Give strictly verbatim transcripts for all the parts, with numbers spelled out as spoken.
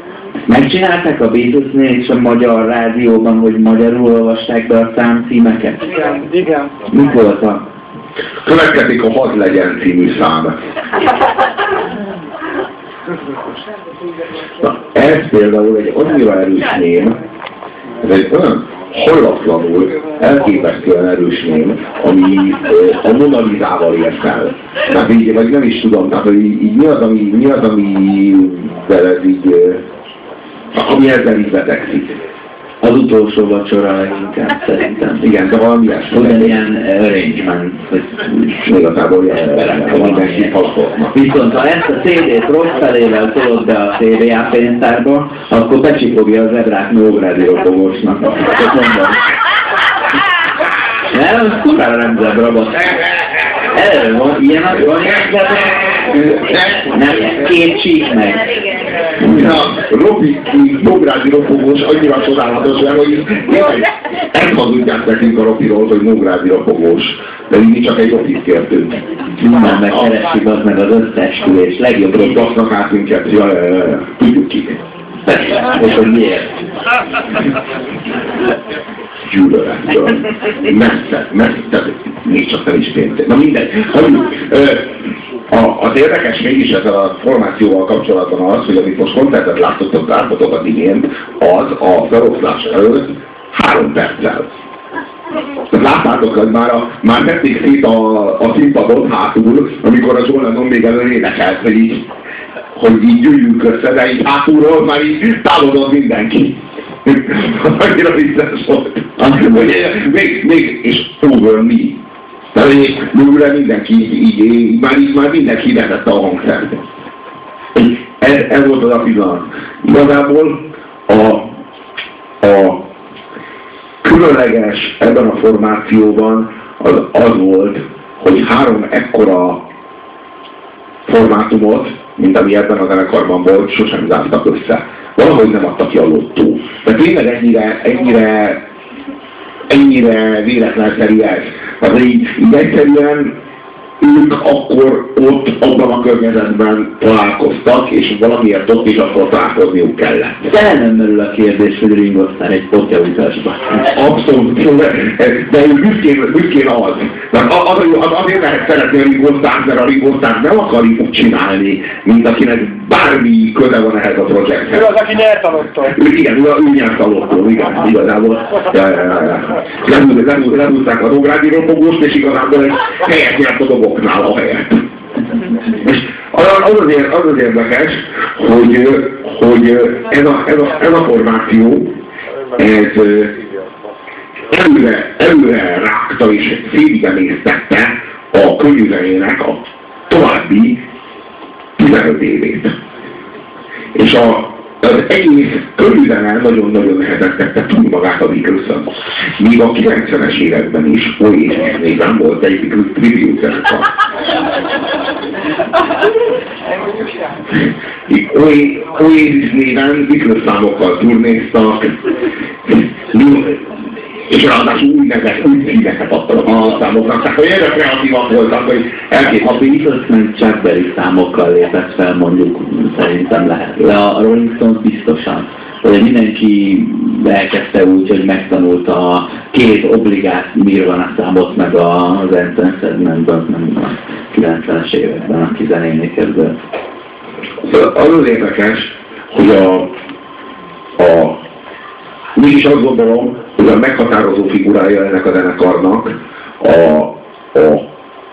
Megcsinálták a Beatlesnél és a magyar rádióban, hogy magyarul olvasták be a számcímeket? Igen, igen. Mik voltak? Következik a Hadd legyen című szám. Na, ez például egy annyira erős ném, ez egy olyan hallatlanul, elképesztően erős ném, ami a Mona Lisával ért el. Tehát így, vagy nem is tudom, tehát így, így mi az, ami, mi az, ami veled így, ami ezzel így betegszik. Az utolsó vacsora inkább szerintem. Igen, de valami ilyesmi. Ugyanilyen arrangement, hogy igazából ilyen emberek, mindenki hallgatnak. Viszont ha ezt a cé dét rossz felével tolod be a té vé á pénztárba, akkor becsipogja az zebrát Nógrádi Ropogósnak. Ezt mondom. Nem, az kurvára nem zebra, basz. Erre van, ilyen az van, ilyen zebra. Nem, két csík meg. Ja, Robi, Nógrádi Ropogós annyira csodálatos, mert hogy ezt hazudják nekünk a Robiról, hogy Nógrádi Ropogós. De mi csak egy Robit kértünk. Minden megkeressük az meg az összeesküvés legjobb Robit. Gasznak át minket, ja, ja, ja, ja. Tudjuk ki. És hogy miért? Gyűlölettől. Messze, messze, még csak nem is pénzé. Na mindegy. Az érdekes mégis ezzel a formációval kapcsolatban az, hogy amit most koncertet láttatok, láttatok az imént, az a feloszlás előtt három perccel. Láttátok, hogy már, a, már tették szét a, a színpadot hátul, amikor a John Lennon még előn énekelt, hogy így, hogy így gyűjjünk össze, de így hátulról már így távolodott mindenki. Annyira vicces volt. Még, még, és over me. Tehát mögőle mindenki így, így, így, már, így, már mindenki vetette a hangszert. Ez, ez volt az a pillanat. Igazából a, a különleges ebben a formációban az, az volt, hogy három ekkora formátumot, mint ami ebben a zenekarban volt, sosem zártak össze. Valahogy nem adta ki a lottó. De tényleg ennyire, ennyire, ennyire véletlenszerű ez. Az így, így egyszerűen ők akkor ott, abban a környezetben találkoztak, és valamiért ott is akkor találkozniuk kellett. De nem merül a kérdés, hogy Ringo Starr egy potyautásba. Abszolút, de ő büszkén, büszkén az. Mert az, az, azért lehet szeretni a Ringo Starrt, mert a Ringo Starr nem akar úgy csinálni, mint akinek bármi köze van ehhez a projekthez. Ő az, aki nyert a lottól. Igen, ő, ő nyert a lottól, igen, igazából. Ja, ja, ja, ja. Ledúzták a Nógrádi Ropogóst, és igazából egy helyet nyert a doboknál a helyet. És az az, ér, az, az érdekes, hogy, hogy ez, a, ez, a, ez a formáció, ez előre, előre rágta és szédigemésztette a könnyűzenének a további tizenöt évét. És a, az egész körülzene nagyon-nagyon nehezen tette túl magát a Beatles-en. Míg a kilencvenes években is Oasis néven volt egy Beatles tribute zenekar. Oasis néven Beatles számokkal turnéztak, és ráadásul új nevet, új címeket adtak a számoknak. Tehát, hogy erre kreatívak voltak, hogy elkép a Beatles nem Chuck Berry számokkal lépett fel, mondjuk szerintem lehet. De a Rolling Stones biztosan. Hogy mindenki elkezdte úgy, hogy megtanulta a két obligát Nirvana számot, meg az Enter Sandman-ben, nem a kilencvenes években, aki zenénél kezdett. Az az érdekes, hogy a, a mégis azt gondolom, hogy a meghatározó figurája ennek a zenekarnak a, a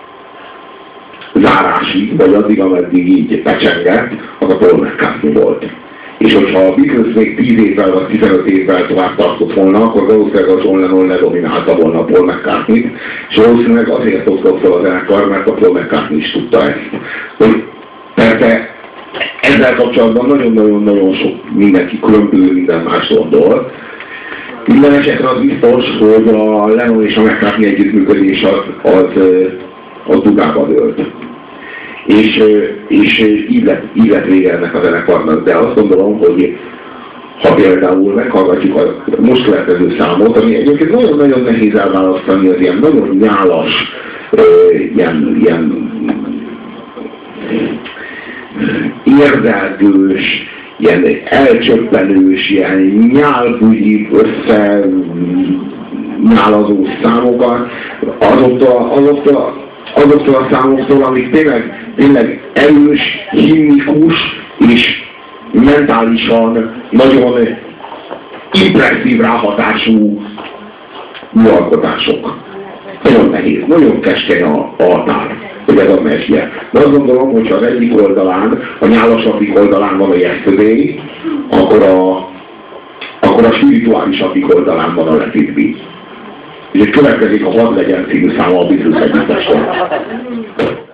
zárásig, vagy addig, ameddig így becsengett, az a Paul McCartney volt. És hogyha a Beatles még tíz évvel vagy tizenöt évvel tovább tartott volna, akkor valószínűleg a John Lennon ledominálta volna a Paul McCartneyt, és valószínűleg azért osztott fel a zenekar, mert a Paul McCartney is tudta ezt. Persze ezzel kapcsolatban nagyon-nagyon-nagyon sok mindenki különböző minden más gondol. Minden esetre az biztos, hogy a Lennon és a McCartney együttműködés az, az, az dugába dőlt. És, és így, lett, így lett vége ennek a zenekarnak, de azt gondolom, hogy ha például meghallgatjuk a most következő számot, ami egyébként nagyon-nagyon nehéz elválasztani, az ilyen nagyon nyálas, ilyen, ilyen érzelgős, ilyen elcsöppenős, ilyen nyálbugyi, össze nyálazó számokat, azoktól, azoktól, azoktól a számoktól, amik tényleg, tényleg erős, himnikus és mentálisan nagyon impresszív ráhatású műalkotások. Nagyon nehéz, nagyon keskeny a határ, hogy ez a mesje. De azt gondolom, hogy az egyik oldalán, a nyálasabbik oldalán van a yesterday, akkor a, akkor a spirituálisabbik oldalán van a let it be. És következik a Hadd legyen című száma a Beatles együttestől.